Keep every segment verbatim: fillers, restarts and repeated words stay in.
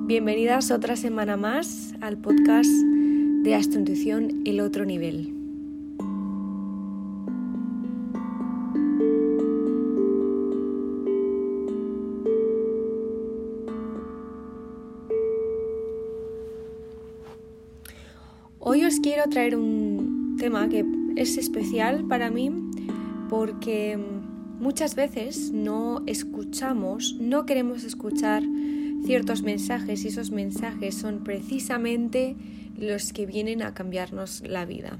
Bienvenidas otra semana más al podcast de Astrointuición El Otro Nivel. Hoy os quiero traer un tema que es especial para mí porque muchas veces no escuchamos, no queremos escuchar ciertos mensajes y esos mensajes son precisamente los que vienen a cambiarnos la vida.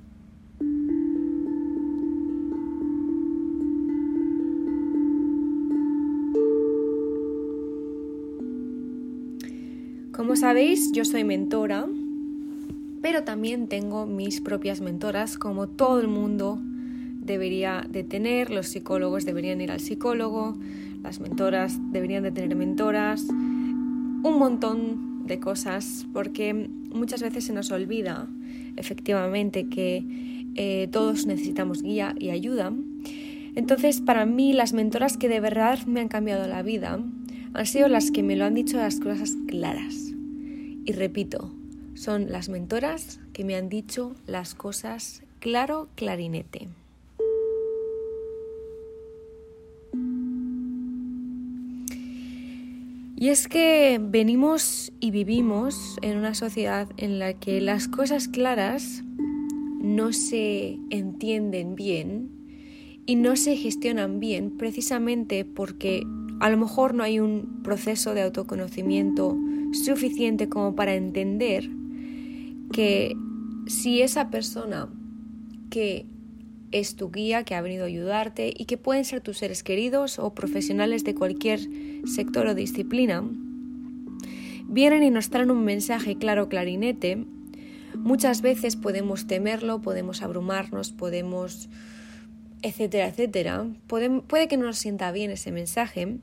Como sabéis, yo soy mentora, pero también tengo mis propias mentoras, como todo el mundo debería de tener. Los psicólogos deberían ir al psicólogo, las mentoras deberían de tener mentoras, un montón de cosas, porque muchas veces se nos olvida efectivamente que eh, todos necesitamos guía y ayuda. Entonces, para mí, las mentoras que de verdad me han cambiado la vida han sido las que me lo han dicho las cosas claras. Y repito, son las mentoras que me han dicho las cosas claro, clarinete. Y es que venimos y vivimos en una sociedad en la que las cosas claras no se entienden bien y no se gestionan bien precisamente porque a lo mejor no hay un proceso de autoconocimiento suficiente como para entender que si esa persona que es tu guía, que ha venido a ayudarte y que pueden ser tus seres queridos o profesionales de cualquier sector o disciplina, vienen y nos traen un mensaje claro, clarinete, muchas veces podemos temerlo, podemos abrumarnos, podemos, etcétera, etcétera. Puede, puede que no nos sienta bien ese mensaje.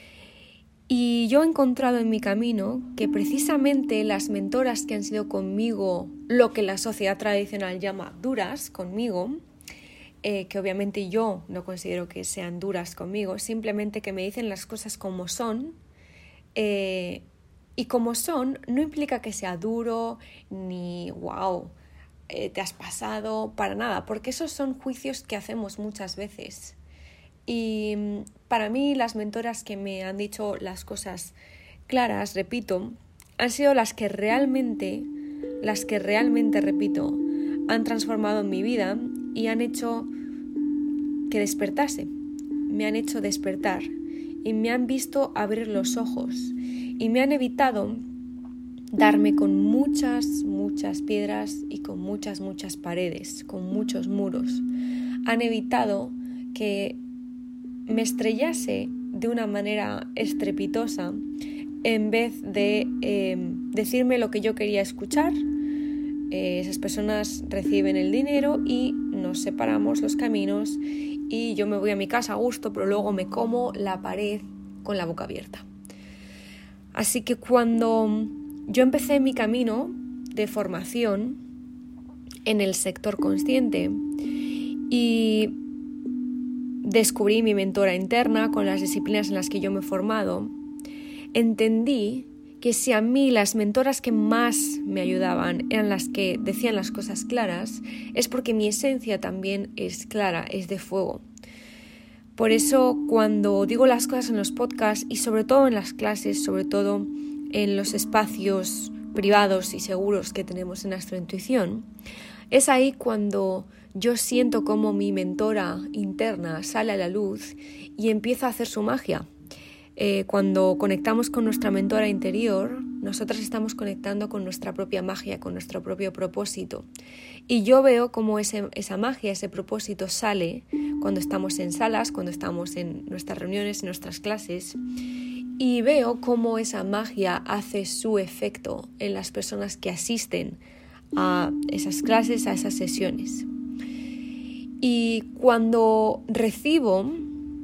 Y yo he encontrado en mi camino que precisamente las mentoras que han sido conmigo, lo que la sociedad tradicional llama duras conmigo, Eh, que obviamente yo no considero que sean duras conmigo, simplemente que me dicen las cosas como son, eh, y como son no implica que sea duro ni wow, eh, te has pasado, para nada, porque esos son juicios que hacemos muchas veces. Y para mí las mentoras que me han dicho las cosas claras, repito, han sido las que realmente, las que realmente, repito, han transformado en mi vida y han hecho que despertase, me han hecho despertar y me han visto abrir los ojos y me han evitado darme con muchas, muchas piedras y con muchas, muchas paredes, con muchos muros. Han evitado que me estrellase de una manera estrepitosa en vez de eh, decirme lo que yo quería escuchar. Eh, esas personas reciben el dinero y nos separamos los caminos y yo me voy a mi casa a gusto, pero luego me como la pared con la boca abierta. Así que cuando yo empecé mi camino de formación en el sector consciente y descubrí mi mentora interna con las disciplinas en las que yo me he formado, entendí que si a mí las mentoras que más me ayudaban eran las que decían las cosas claras, es porque mi esencia también es clara, es de fuego. Por eso cuando digo las cosas en los podcasts y sobre todo en las clases, sobre todo en los espacios privados y seguros que tenemos en Astrointuición, es ahí cuando yo siento como mi mentora interna sale a la luz y empieza a hacer su magia. Eh, cuando conectamos con nuestra mentora interior, nosotras estamos conectando con nuestra propia magia, con nuestro propio propósito. Y yo veo cómo ese, esa magia, ese propósito sale cuando estamos en salas, cuando estamos en nuestras reuniones, en nuestras clases, y veo cómo esa magia hace su efecto en las personas que asisten a esas clases, a esas sesiones. Y cuando recibo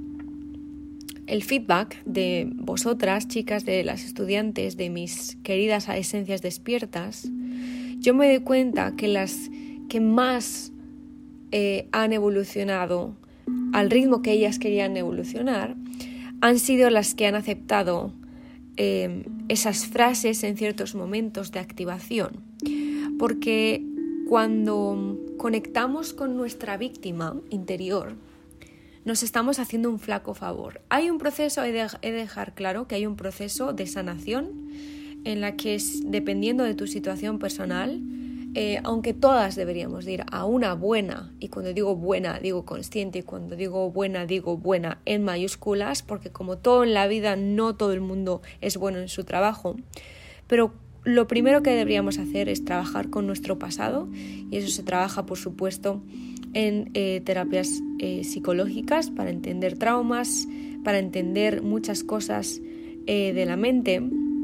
el feedback de vosotras, chicas, de las estudiantes, de mis queridas esencias despiertas, yo me doy cuenta que las que más eh, han evolucionado al ritmo que ellas querían evolucionar han sido las que han aceptado eh, esas frases en ciertos momentos de activación. Porque cuando conectamos con nuestra víctima interior, nos estamos haciendo un flaco favor. Hay un proceso, he de, he de dejar claro que hay un proceso de sanación en la que, es, dependiendo de tu situación personal, eh, aunque todas deberíamos ir a una buena, y cuando digo buena digo consciente, y cuando digo buena digo buena en mayúsculas, porque como todo en la vida no todo el mundo es bueno en su trabajo, pero lo primero que deberíamos hacer es trabajar con nuestro pasado, y eso se trabaja, por supuesto, en eh, terapias eh, psicológicas para entender traumas, para entender muchas cosas eh, de la mente.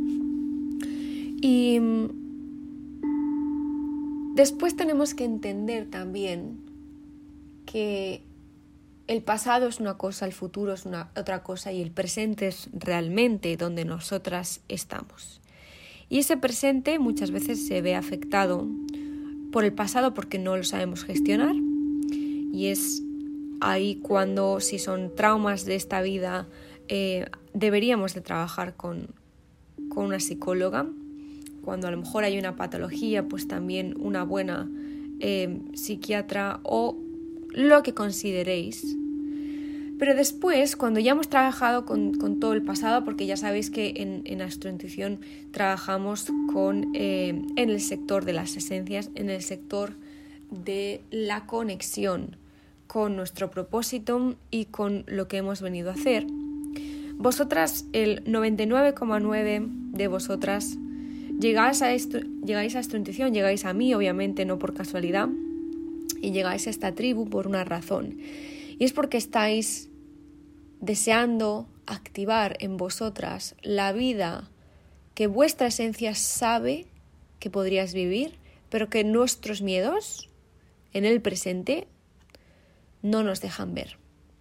Y después tenemos que entender también que el pasado es una cosa, el futuro es una otra cosa, y el presente es realmente donde nosotras estamos. Y ese presente muchas veces se ve afectado por el pasado porque no lo sabemos gestionar. Y es ahí cuando, si son traumas de esta vida, eh, deberíamos de trabajar con, con una psicóloga. Cuando a lo mejor hay una patología, pues también una buena eh, psiquiatra o lo que consideréis. Pero después, cuando ya hemos trabajado con, con todo el pasado, porque ya sabéis que en, en Astrointuición trabajamos con, eh, en el sector de las esencias, en el sector de la conexión con nuestro propósito y con lo que hemos venido a hacer. Vosotras, el noventa y nueve coma nueve de vosotras, llegáis a, esto, llegáis a Astrointuición, llegáis a mí, obviamente no por casualidad, y llegáis a esta tribu por una razón. Y es porque estáis deseando activar en vosotras la vida que vuestra esencia sabe que podrías vivir, pero que nuestros miedos en el presente no nos dejan ver.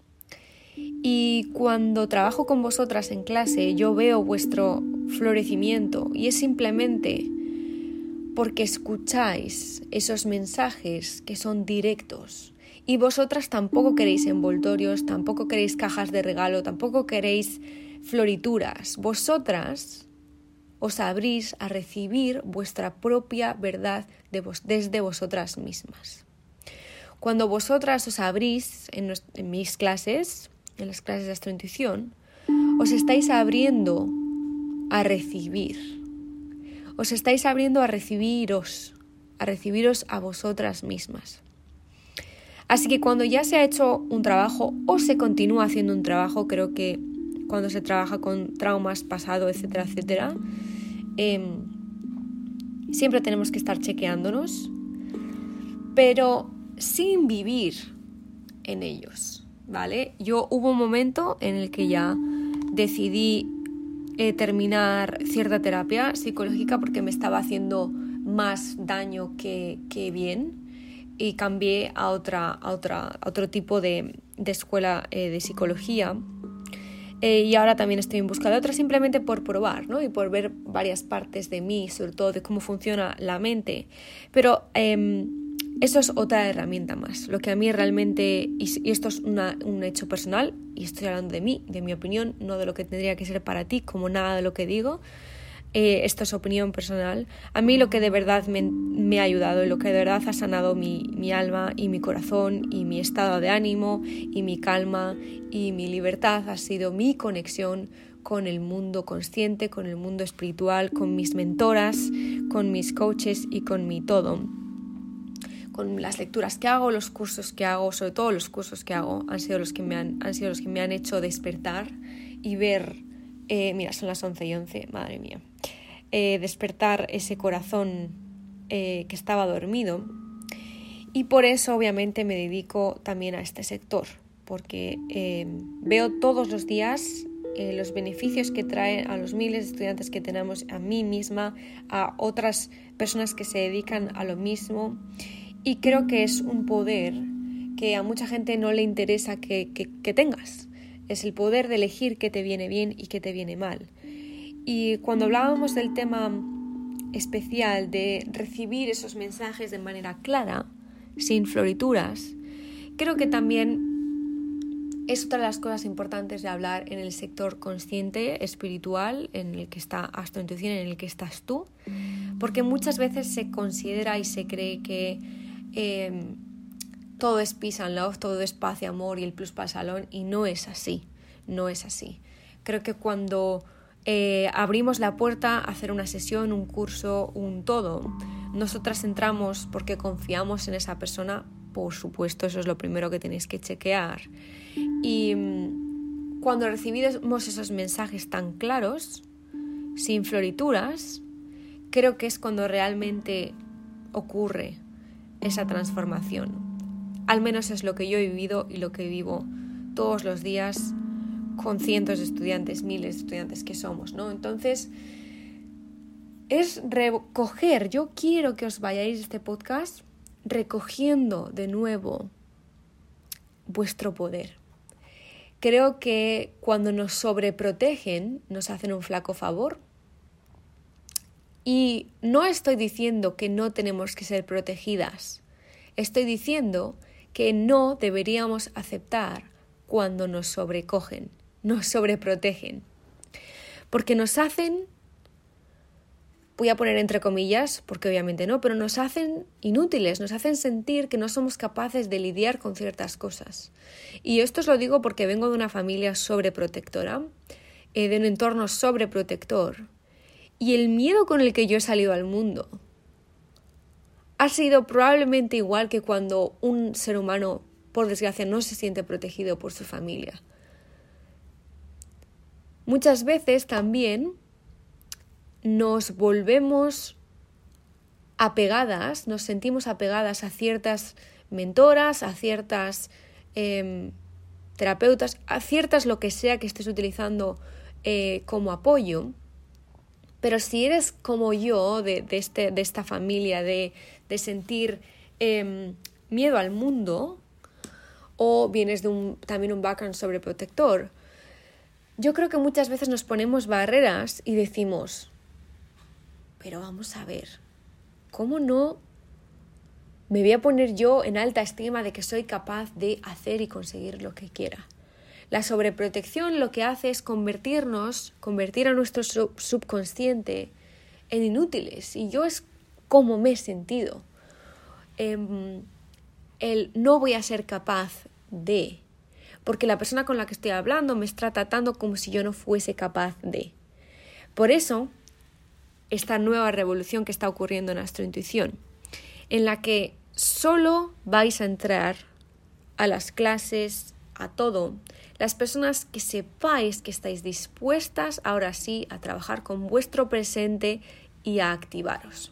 Y cuando trabajo con vosotras en clase, yo veo vuestro florecimiento, y es simplemente porque escucháis esos mensajes que son directos. Y vosotras tampoco queréis envoltorios, tampoco queréis cajas de regalo, tampoco queréis florituras. Vosotras os abrís a recibir vuestra propia verdad de vos, desde vosotras mismas. Cuando vosotras os abrís en, nos, en mis clases, en las clases de Astrointuición, os estáis abriendo a recibir. Os estáis abriendo a recibiros, a recibiros a vosotras mismas. Así que cuando ya se ha hecho un trabajo o se continúa haciendo un trabajo, creo que cuando se trabaja con traumas, pasado, etcétera, etcétera, eh, siempre tenemos que estar chequeándonos, pero sin vivir en ellos, ¿vale? Yo hubo un momento en el que ya decidí eh, terminar cierta terapia psicológica porque me estaba haciendo más daño que, que bien. Y cambié a, otra, a, otra, a otro tipo de, de escuela eh, de psicología. Eh, y ahora también estoy en busca de otra, simplemente por probar, ¿no? Y por ver varias partes de mí, sobre todo de cómo funciona la mente. Pero eh, eso es otra herramienta más. Lo que a mí realmente, y, y esto es una, un hecho personal, y estoy hablando de mí, de mi opinión, no de lo que tendría que ser para ti, como nada de lo que digo. Eh, esto es opinión personal. A mí lo que de verdad me, me ha ayudado y lo que de verdad ha sanado mi, mi alma y mi corazón y mi estado de ánimo y mi calma y mi libertad ha sido mi conexión con el mundo consciente, con el mundo espiritual, con mis mentoras, con mis coaches y con mi todo. Con las lecturas que hago, los cursos que hago, sobre todo los cursos que hago, han sido los que me han, han, sido los que me han hecho despertar y ver... Eh, mira, son las once y once, madre mía. Eh, despertar ese corazón eh, que estaba dormido. Y por eso, obviamente, me dedico también a este sector, porque eh, veo todos los días eh, los beneficios que trae a los miles de estudiantes que tenemos, a mí misma, a otras personas que se dedican a lo mismo. Y creo que es un poder que a mucha gente no le interesa que, que, que tengas. Es el poder de elegir qué te viene bien y qué te viene mal. Y cuando hablábamos del tema especial de recibir esos mensajes de manera clara, sin florituras, creo que también es otra de las cosas importantes de hablar en el sector consciente, espiritual, en el que está Astrointuición, en el que estás tú, porque muchas veces se considera y se cree que eh, todo es peace and love, todo es paz y amor y el plus para el salón, y no es así, no es así. Creo que cuando eh, abrimos la puerta a hacer una sesión, un curso, un todo, nosotras entramos porque confiamos en esa persona, por supuesto, eso es lo primero que tenéis que chequear. Y cuando recibimos esos mensajes tan claros, sin florituras, creo que es cuando realmente ocurre esa transformación. Al menos es lo que yo he vivido y lo que vivo todos los días con cientos de estudiantes, miles de estudiantes que somos, ¿no? Entonces, es recoger. Yo quiero que os vayáis de este podcast recogiendo de nuevo vuestro poder. Creo que cuando nos sobreprotegen nos hacen un flaco favor. Y no estoy diciendo que no tenemos que ser protegidas. Estoy diciendo que no deberíamos aceptar cuando nos sobrecogen, nos sobreprotegen. Porque nos hacen, voy a poner entre comillas, porque obviamente no, pero nos hacen inútiles, nos hacen sentir que no somos capaces de lidiar con ciertas cosas. Y esto os lo digo porque vengo de una familia sobreprotectora, eh, de un entorno sobreprotector, y el miedo con el que yo he salido al mundo ha sido probablemente igual que cuando un ser humano, por desgracia, no se siente protegido por su familia. Muchas veces también nos volvemos apegadas, nos sentimos apegadas a ciertas mentoras, a ciertas eh, terapeutas, a ciertas lo que sea que estés utilizando eh, como apoyo. Pero si eres como yo, de, de, este, de esta familia, de, de sentir eh, miedo al mundo, o vienes de un, también un background sobreprotector, yo creo que muchas veces nos ponemos barreras y decimos, pero vamos a ver, ¿cómo no me voy a poner yo en alta estima de que soy capaz de hacer y conseguir lo que quiera? La sobreprotección lo que hace es convertirnos, convertir a nuestro sub- subconsciente en inútiles. Y yo es como me he sentido. Eh, el no voy a ser capaz de, porque la persona con la que estoy hablando me está tratando como si yo no fuese capaz de. Por eso, esta nueva revolución que está ocurriendo en Astrointuición, en la que solo vais a entrar a las clases, a todo, las personas que sepáis que estáis dispuestas ahora sí a trabajar con vuestro presente y a activaros.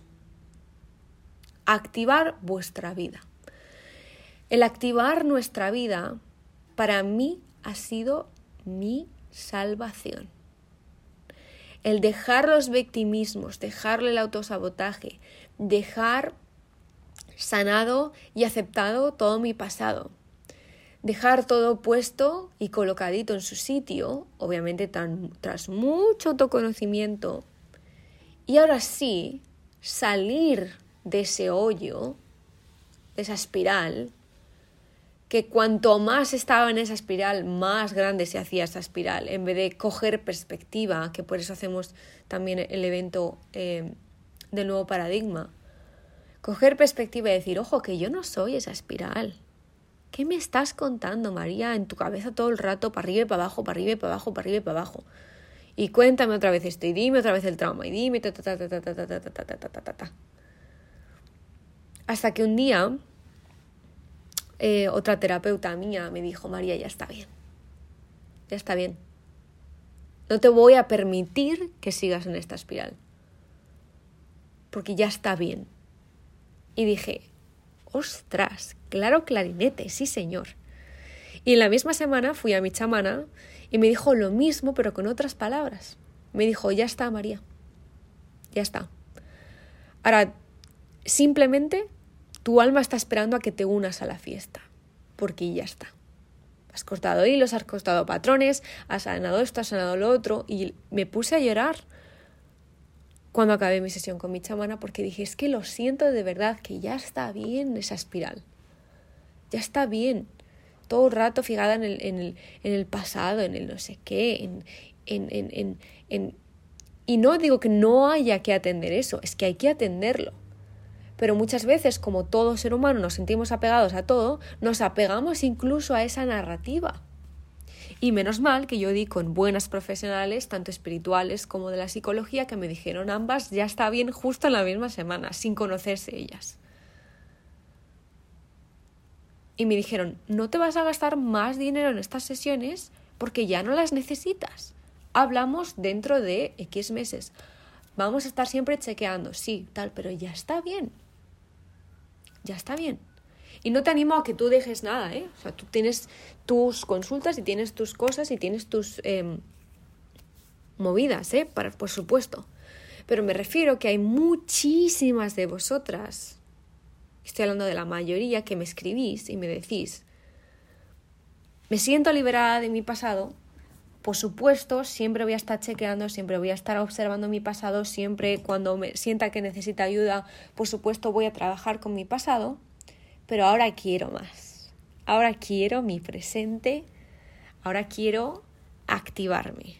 Activar vuestra vida. El activar nuestra vida para mí ha sido mi salvación. El dejar los victimismos, dejarle el autosabotaje, dejar sanado y aceptado todo mi pasado. Dejar todo puesto y colocadito en su sitio, obviamente tan, tras mucho autoconocimiento, y ahora sí salir de ese hoyo, de esa espiral, que cuanto más estaba en esa espiral, más grande se hacía esa espiral, en vez de coger perspectiva, que por eso hacemos también el evento eh, del nuevo paradigma. Coger perspectiva y decir, ojo, que yo no soy esa espiral. ¿Qué me estás contando, María, en tu cabeza todo el rato, para arriba y para abajo, para arriba y para abajo, para arriba y para abajo? Y cuéntame otra vez esto, y dime otra vez el trauma, y dime ta ta ta ta ta ta ta ta ta ta ta ta ta. Hasta que un día eh, otra terapeuta mía me dijo, María, ya está bien, ya está bien. No te voy a permitir que sigas en esta espiral, porque ya está bien. Y dije, ostras, claro clarinete, sí señor. Y en la misma semana fui a mi chamana y me dijo lo mismo, pero con otras palabras. Me dijo, ya está, María, ya está. Ahora, simplemente tu alma está esperando a que te unas a la fiesta, porque ya está. Has cortado hilos, has cortado patrones, has sanado esto, has sanado lo otro, y me puse a llorar cuando acabé mi sesión con mi chamana, porque dije, es que lo siento de verdad, que ya está bien esa espiral. Ya está bien. todo el rato fijada en el, en el, en el pasado, en el no sé qué, en, en, en, en, en... Y no digo que no haya que atender eso, es que hay que atenderlo. Pero muchas veces, como todo ser humano nos sentimos apegados a todo, nos apegamos incluso a esa narrativa. Y menos mal que yo di con buenas profesionales, tanto espirituales como de la psicología, que me dijeron ambas, ya está bien, justo en la misma semana, sin conocerse ellas. Y me dijeron, no te vas a gastar más dinero en estas sesiones porque ya no las necesitas. Hablamos dentro de X meses. Vamos a estar siempre chequeando, sí, tal, pero ya está bien. Ya está bien. Y no te animo a que tú dejes nada, ¿eh? O sea, tú tienes tus consultas y tienes tus cosas y tienes tus eh, movidas, ¿eh? Para, por supuesto. Pero me refiero que hay muchísimas de vosotras, estoy hablando de la mayoría, que me escribís y me decís, me siento liberada de mi pasado. Por supuesto, siempre voy a estar chequeando, siempre voy a estar observando mi pasado, siempre cuando me sienta que necesita ayuda, por supuesto voy a trabajar con mi pasado, pero ahora quiero más. Ahora quiero mi presente, ahora quiero activarme.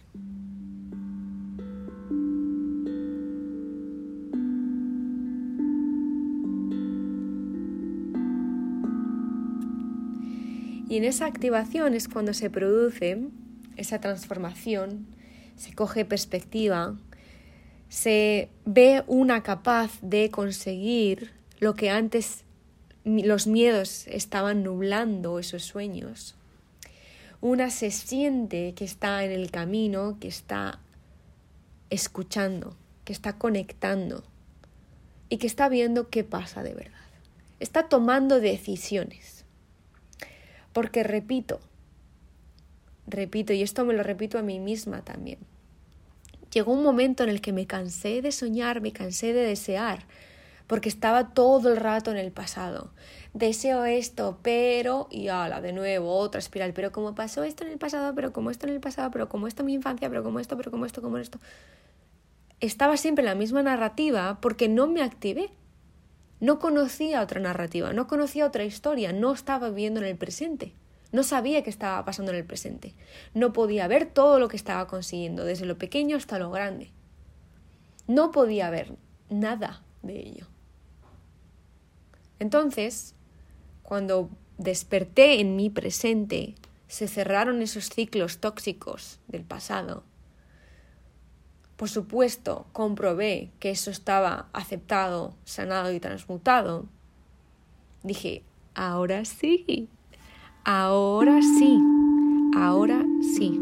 Y en esa activación es cuando se produce esa transformación, se coge perspectiva, se ve una capaz de conseguir lo que antes los miedos estaban nublando esos sueños. Una se siente que está en el camino, que está escuchando, que está conectando y que está viendo qué pasa de verdad. Está tomando decisiones. Porque repito, repito, y esto me lo repito a mí misma también, llegó un momento en el que me cansé de soñar, me cansé de desear, porque estaba todo el rato en el pasado. Deseo esto, pero, y ala, de nuevo, otra espiral, pero como pasó esto en el pasado, pero como esto en el pasado, pero como esto en mi infancia, pero como esto, pero como esto, como esto. Estaba siempre en la misma narrativa porque no me activé. No conocía otra narrativa, no conocía otra historia, no estaba viviendo en el presente. No sabía qué estaba pasando en el presente. No podía ver todo lo que estaba consiguiendo, desde lo pequeño hasta lo grande. No podía ver nada de ello. Entonces, cuando desperté en mi presente, se cerraron esos ciclos tóxicos del pasado. Por supuesto, comprobé que eso estaba aceptado, sanado y transmutado. Dije, ahora sí, ahora sí, ahora sí.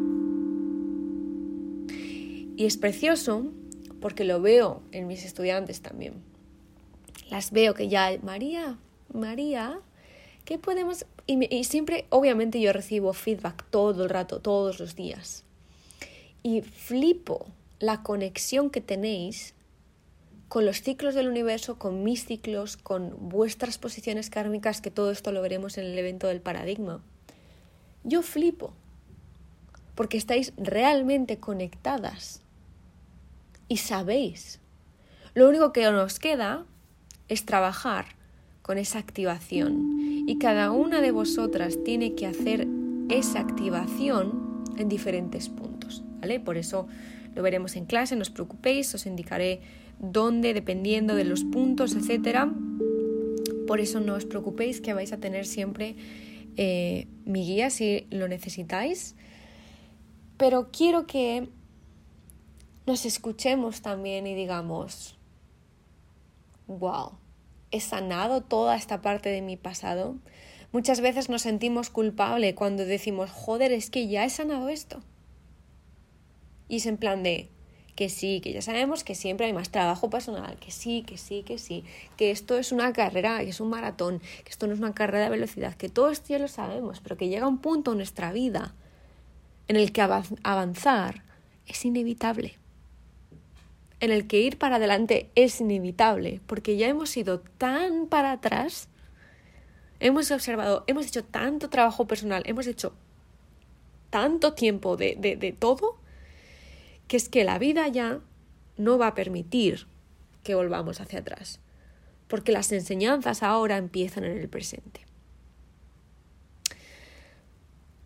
Y es precioso porque lo veo en mis estudiantes también. Las veo que ya, María, María, ¿qué podemos...? Y, me, y siempre, obviamente, yo recibo feedback todo el rato, todos los días. Y flipo la conexión que tenéis con los ciclos del universo, con mis ciclos, con vuestras posiciones kármicas, que todo esto lo veremos en el evento del paradigma. Yo flipo, porque estáis realmente conectadas y sabéis. Lo único que nos queda es trabajar con esa activación, y cada una de vosotras tiene que hacer esa activación en diferentes puntos, ¿vale? Por eso lo veremos en clase, no os preocupéis, os indicaré dónde, dependiendo de los puntos, etcétera. Por eso no os preocupéis, que vais a tener siempre eh, mi guía si lo necesitáis. Pero quiero que nos escuchemos también y digamos, wow, he sanado toda esta parte de mi pasado. Muchas veces nos sentimos culpables cuando decimos, joder, es que ya he sanado esto. Y es en plan de que sí, que ya sabemos que siempre hay más trabajo personal, que sí, que sí, que sí, que esto es una carrera, que es un maratón, que esto no es una carrera de velocidad, que todo esto ya lo sabemos, pero que llega un punto en nuestra vida en el que avanzar es inevitable, en el que ir para adelante es inevitable, porque ya hemos ido tan para atrás, hemos observado, hemos hecho tanto trabajo personal, hemos hecho tanto tiempo de, de, de todo, que es que la vida ya no va a permitir que volvamos hacia atrás, porque las enseñanzas ahora empiezan en el presente.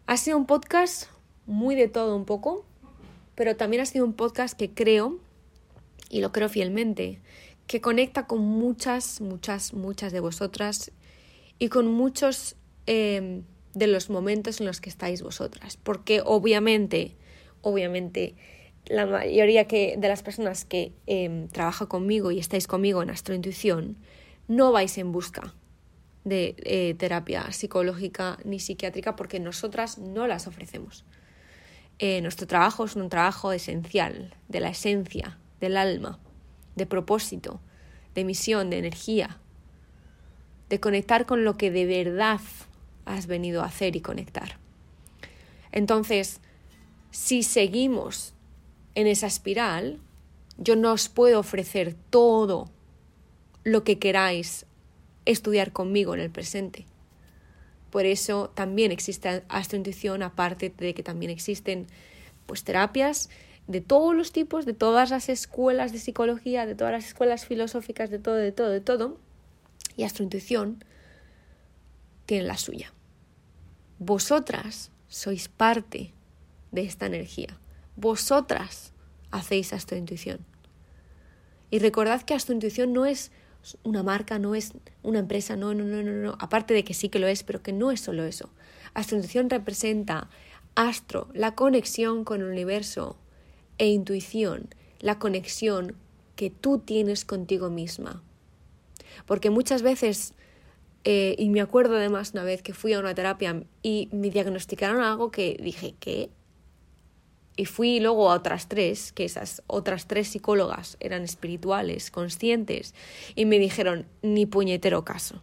Ha sido un podcast muy de todo un poco, pero también ha sido un podcast que creo, y lo creo fielmente, que conecta con muchas, muchas, muchas de vosotras y con muchos eh, de los momentos en los que estáis vosotras. Porque obviamente, obviamente, la mayoría que, de las personas que eh, trabajan conmigo y estáis conmigo en Astrointuición, no vais en busca de eh, terapia psicológica ni psiquiátrica porque nosotras no las ofrecemos. Eh, nuestro trabajo es un trabajo esencial, de la esencia, del alma, de propósito, de misión, de energía, de conectar con lo que de verdad has venido a hacer y conectar. Entonces, si seguimos en esa espiral, yo no os puedo ofrecer todo lo que queráis estudiar conmigo en el presente. Por eso también existe Astrointuición, aparte de que también existen pues terapias de todos los tipos, de todas las escuelas de psicología, de todas las escuelas filosóficas, de todo, de todo, de todo. Y Astrointuición tiene la suya. Vosotras sois parte de esta energía. Vosotras hacéis Astrointuición. Y recordad que Astrointuición no es una marca, no es una empresa, no, no, no, no, no. Aparte de que sí que lo es, pero que no es solo eso. Astrointuición representa astro, la conexión con el universo, e intuición, la conexión que tú tienes contigo misma. Porque muchas veces, eh, y me acuerdo además una vez que fui a una terapia y me diagnosticaron algo que dije, ¿qué? Y fui luego a otras tres, que esas otras tres psicólogas eran espirituales, conscientes, y me dijeron, ni puñetero caso.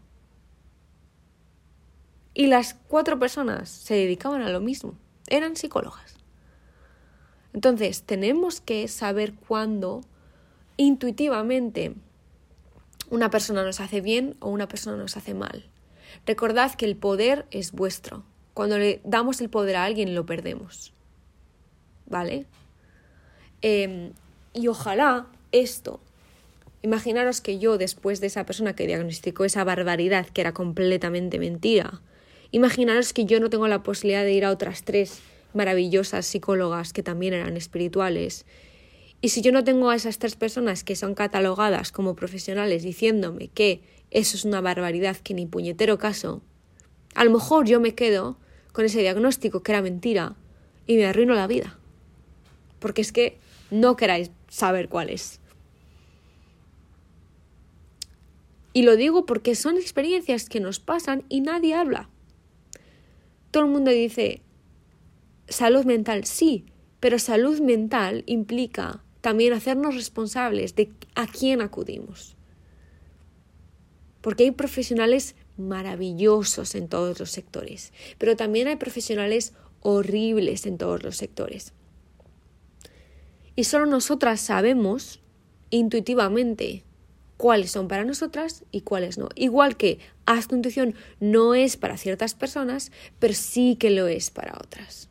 Y las cuatro personas se dedicaban a lo mismo, eran psicólogas. Entonces, tenemos que saber cuándo intuitivamente una persona nos hace bien o una persona nos hace mal. Recordad que el poder es vuestro. Cuando le damos el poder a alguien, lo perdemos. ¿Vale? Eh, y ojalá esto, imaginaros que yo después de esa persona que diagnosticó esa barbaridad que era completamente mentira, imaginaros que yo no tengo la posibilidad de ir a otras tres maravillosas psicólogas que también eran espirituales, y si yo no tengo a esas tres personas que son catalogadas como profesionales diciéndome que eso es una barbaridad, que ni puñetero caso, a lo mejor yo me quedo con ese diagnóstico que era mentira y me arruino la vida. Porque es que no queráis saber cuál es. Y lo digo porque son experiencias que nos pasan y nadie habla. Todo el mundo dice, salud mental, sí, pero salud mental implica también hacernos responsables de a quién acudimos. Porque hay profesionales maravillosos en todos los sectores, pero también hay profesionales horribles en todos los sectores. Y solo nosotras sabemos intuitivamente cuáles son para nosotras y cuáles no. Igual que Astrointuición no es para ciertas personas, pero sí que lo es para otras.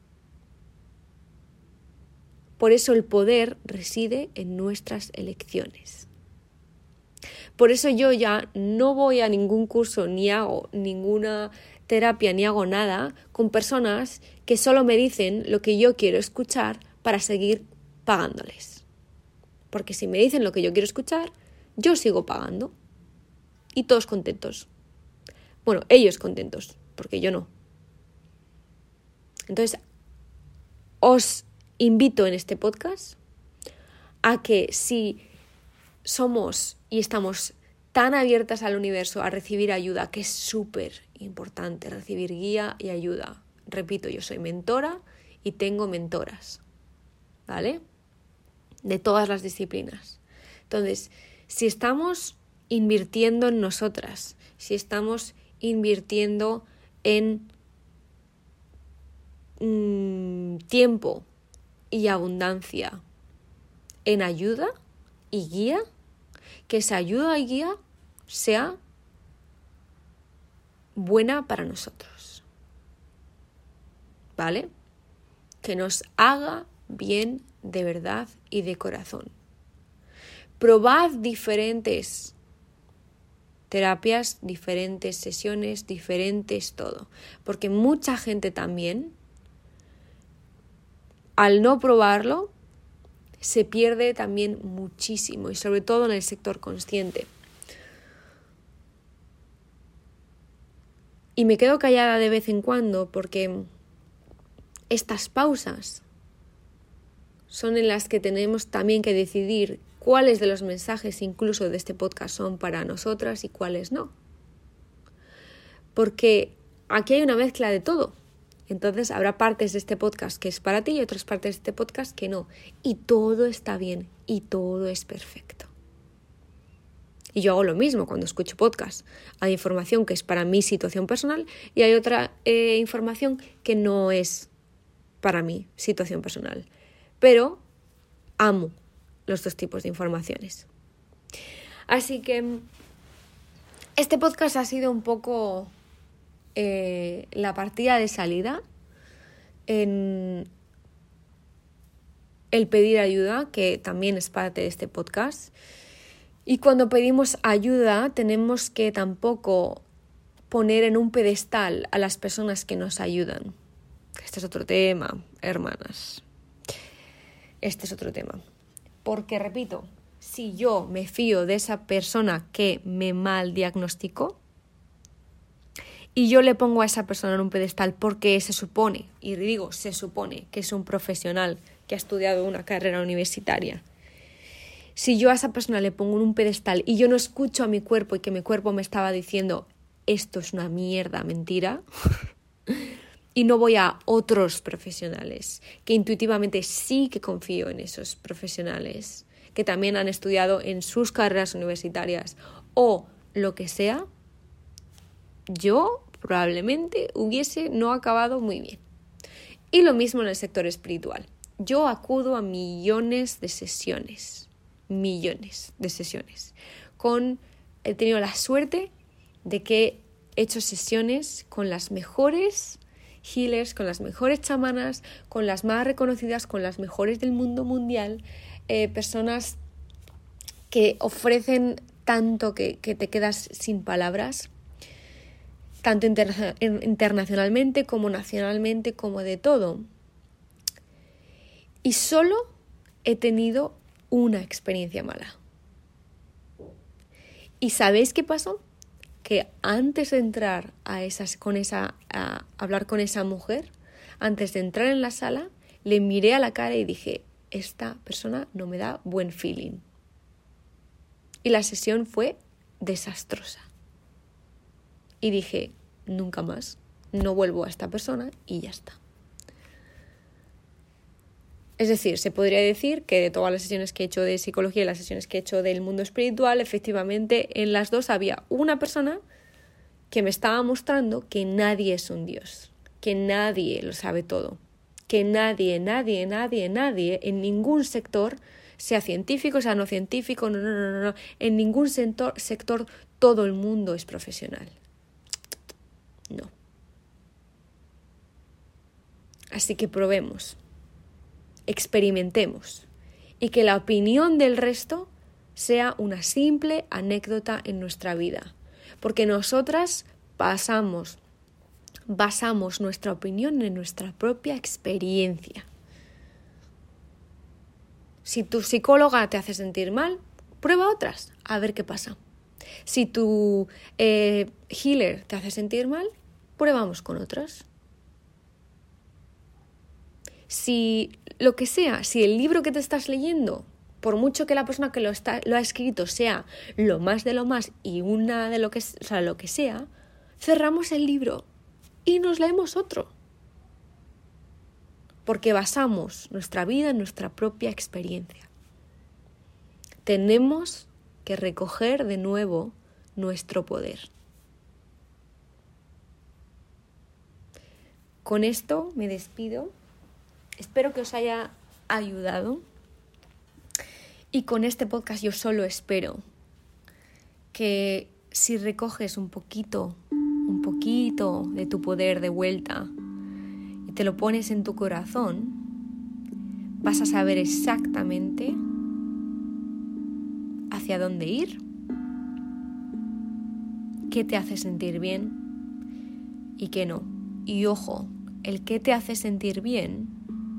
Por eso el poder reside en nuestras elecciones. Por eso yo ya no voy a ningún curso, ni hago ninguna terapia, ni hago nada con personas que solo me dicen lo que yo quiero escuchar para seguir pagándoles. Porque si me dicen lo que yo quiero escuchar, yo sigo pagando. Y todos contentos. Bueno, ellos contentos, porque yo no. Entonces, os invito en este podcast a que si somos y estamos tan abiertas al universo a recibir ayuda, que es súper importante recibir guía y ayuda. Repito, yo soy mentora y tengo mentoras, ¿vale? De todas las disciplinas. Entonces, si estamos invirtiendo en nosotras, si estamos invirtiendo en mmm, tiempo y abundancia, en ayuda y guía, que esa ayuda y guía sea buena para nosotros, ¿vale? Que nos haga bien de verdad y de corazón. Probad diferentes terapias, diferentes sesiones, diferentes todo. Porque mucha gente también, al no probarlo, se pierde también muchísimo y sobre todo en el sector consciente. Y me quedo callada de vez en cuando porque estas pausas son en las que tenemos también que decidir cuáles de los mensajes incluso de este podcast son para nosotras y cuáles no. Porque aquí hay una mezcla de todo. Entonces habrá partes de este podcast que es para ti y otras partes de este podcast que no. Y todo está bien y todo es perfecto. Y yo hago lo mismo cuando escucho podcast. Hay información que es para mi situación personal y hay otra eh, información que no es para mi situación personal. Pero amo los dos tipos de informaciones. Así que este podcast ha sido un poco eh, la partida de salida en el pedir ayuda, que también es parte de este podcast. Y cuando pedimos ayuda tenemos que tampoco poner en un pedestal a las personas que nos ayudan. Este es otro tema, hermanas. Este es otro tema. Porque, repito, si yo me fío de esa persona que me mal diagnosticó y yo le pongo a esa persona en un pedestal porque se supone, y digo se supone, que es un profesional que ha estudiado una carrera universitaria, si yo a esa persona le pongo en un pedestal y yo no escucho a mi cuerpo y que mi cuerpo me estaba diciendo esto es una mierda, mentira, y no voy a otros profesionales, que intuitivamente sí que confío en esos profesionales, que también han estudiado en sus carreras universitarias o lo que sea, yo probablemente hubiese no acabado muy bien. Y lo mismo en el sector espiritual. Yo acudo a millones de sesiones. millones de sesiones. Con, he tenido la suerte de que he hecho sesiones con las mejores healers, con las mejores chamanas, con las más reconocidas, con las mejores del mundo mundial, eh, personas que ofrecen tanto que, que te quedas sin palabras, tanto interna- internacionalmente como nacionalmente, como de todo. Y solo he tenido una experiencia mala. ¿Y sabéis qué pasó? Que antes de entrar a esas, con esa, a hablar con esa mujer, antes de entrar en la sala, le miré a la cara y dije, esta persona no me da buen feeling. Y la sesión fue desastrosa. Y dije, nunca más, no vuelvo a esta persona y ya está. Es decir, se podría decir que de todas las sesiones que he hecho de psicología y las sesiones que he hecho del mundo espiritual, efectivamente en las dos había una persona que me estaba mostrando que nadie es un dios, que nadie lo sabe todo, que nadie, nadie, nadie, nadie en ningún sector, sea científico, sea no científico, no, no, no, no, no, en ningún sector, sector todo el mundo es profesional. No. Así que probemos. Experimentemos y que la opinión del resto sea una simple anécdota en nuestra vida, porque nosotras pasamos, basamos nuestra opinión en nuestra propia experiencia. Si tu psicóloga te hace sentir mal, prueba otras, a ver qué pasa. Si tu eh, healer te hace sentir mal, pruebamos con otras. Si lo que sea, si el libro que te estás leyendo, por mucho que la persona que lo, está, lo ha escrito sea lo más de lo más y una de lo que, o sea, lo que sea, cerramos el libro y nos leemos otro. Porque basamos nuestra vida en nuestra propia experiencia. Tenemos que recoger de nuevo nuestro poder. Con esto me despido. Espero que os haya ayudado y con este podcast yo solo espero que si recoges un poquito, un poquito de tu poder de vuelta y te lo pones en tu corazón, vas a saber exactamente hacia dónde ir qué te hace sentir bien y qué no. Y ojo, el qué te hace sentir bien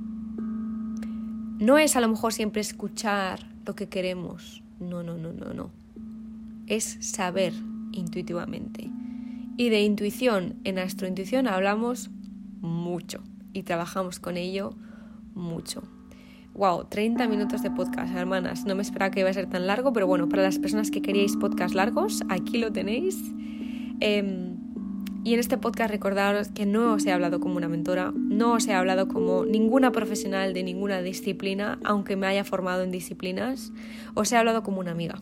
no es a lo mejor siempre escuchar lo que queremos. No, no, no, no, no. Es saber intuitivamente. Y de intuición, en Astrointuición hablamos mucho y trabajamos con ello mucho. Wow, treinta minutos de podcast, hermanas. No me esperaba que iba a ser tan largo, pero bueno, para las personas que queríais podcast largos, aquí lo tenéis. Eh, y en este podcast recordaros que no os he hablado como una mentora, no os he hablado como ninguna profesional de ninguna disciplina, aunque me haya formado en disciplinas, os he hablado como una amiga.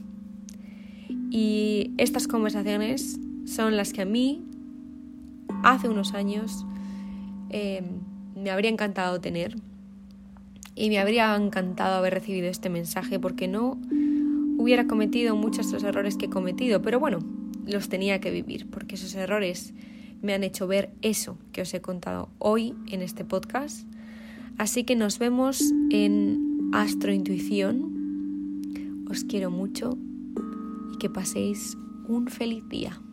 Y estas conversaciones son las que a mí, hace unos años, eh, me habría encantado tener. Y me habría encantado haber recibido este mensaje porque no hubiera cometido muchos de los errores que he cometido. Pero bueno, los tenía que vivir porque esos errores me han hecho ver eso que os he contado hoy en este podcast. Así que nos vemos en Astrointuición. Os quiero mucho y que paséis un feliz día.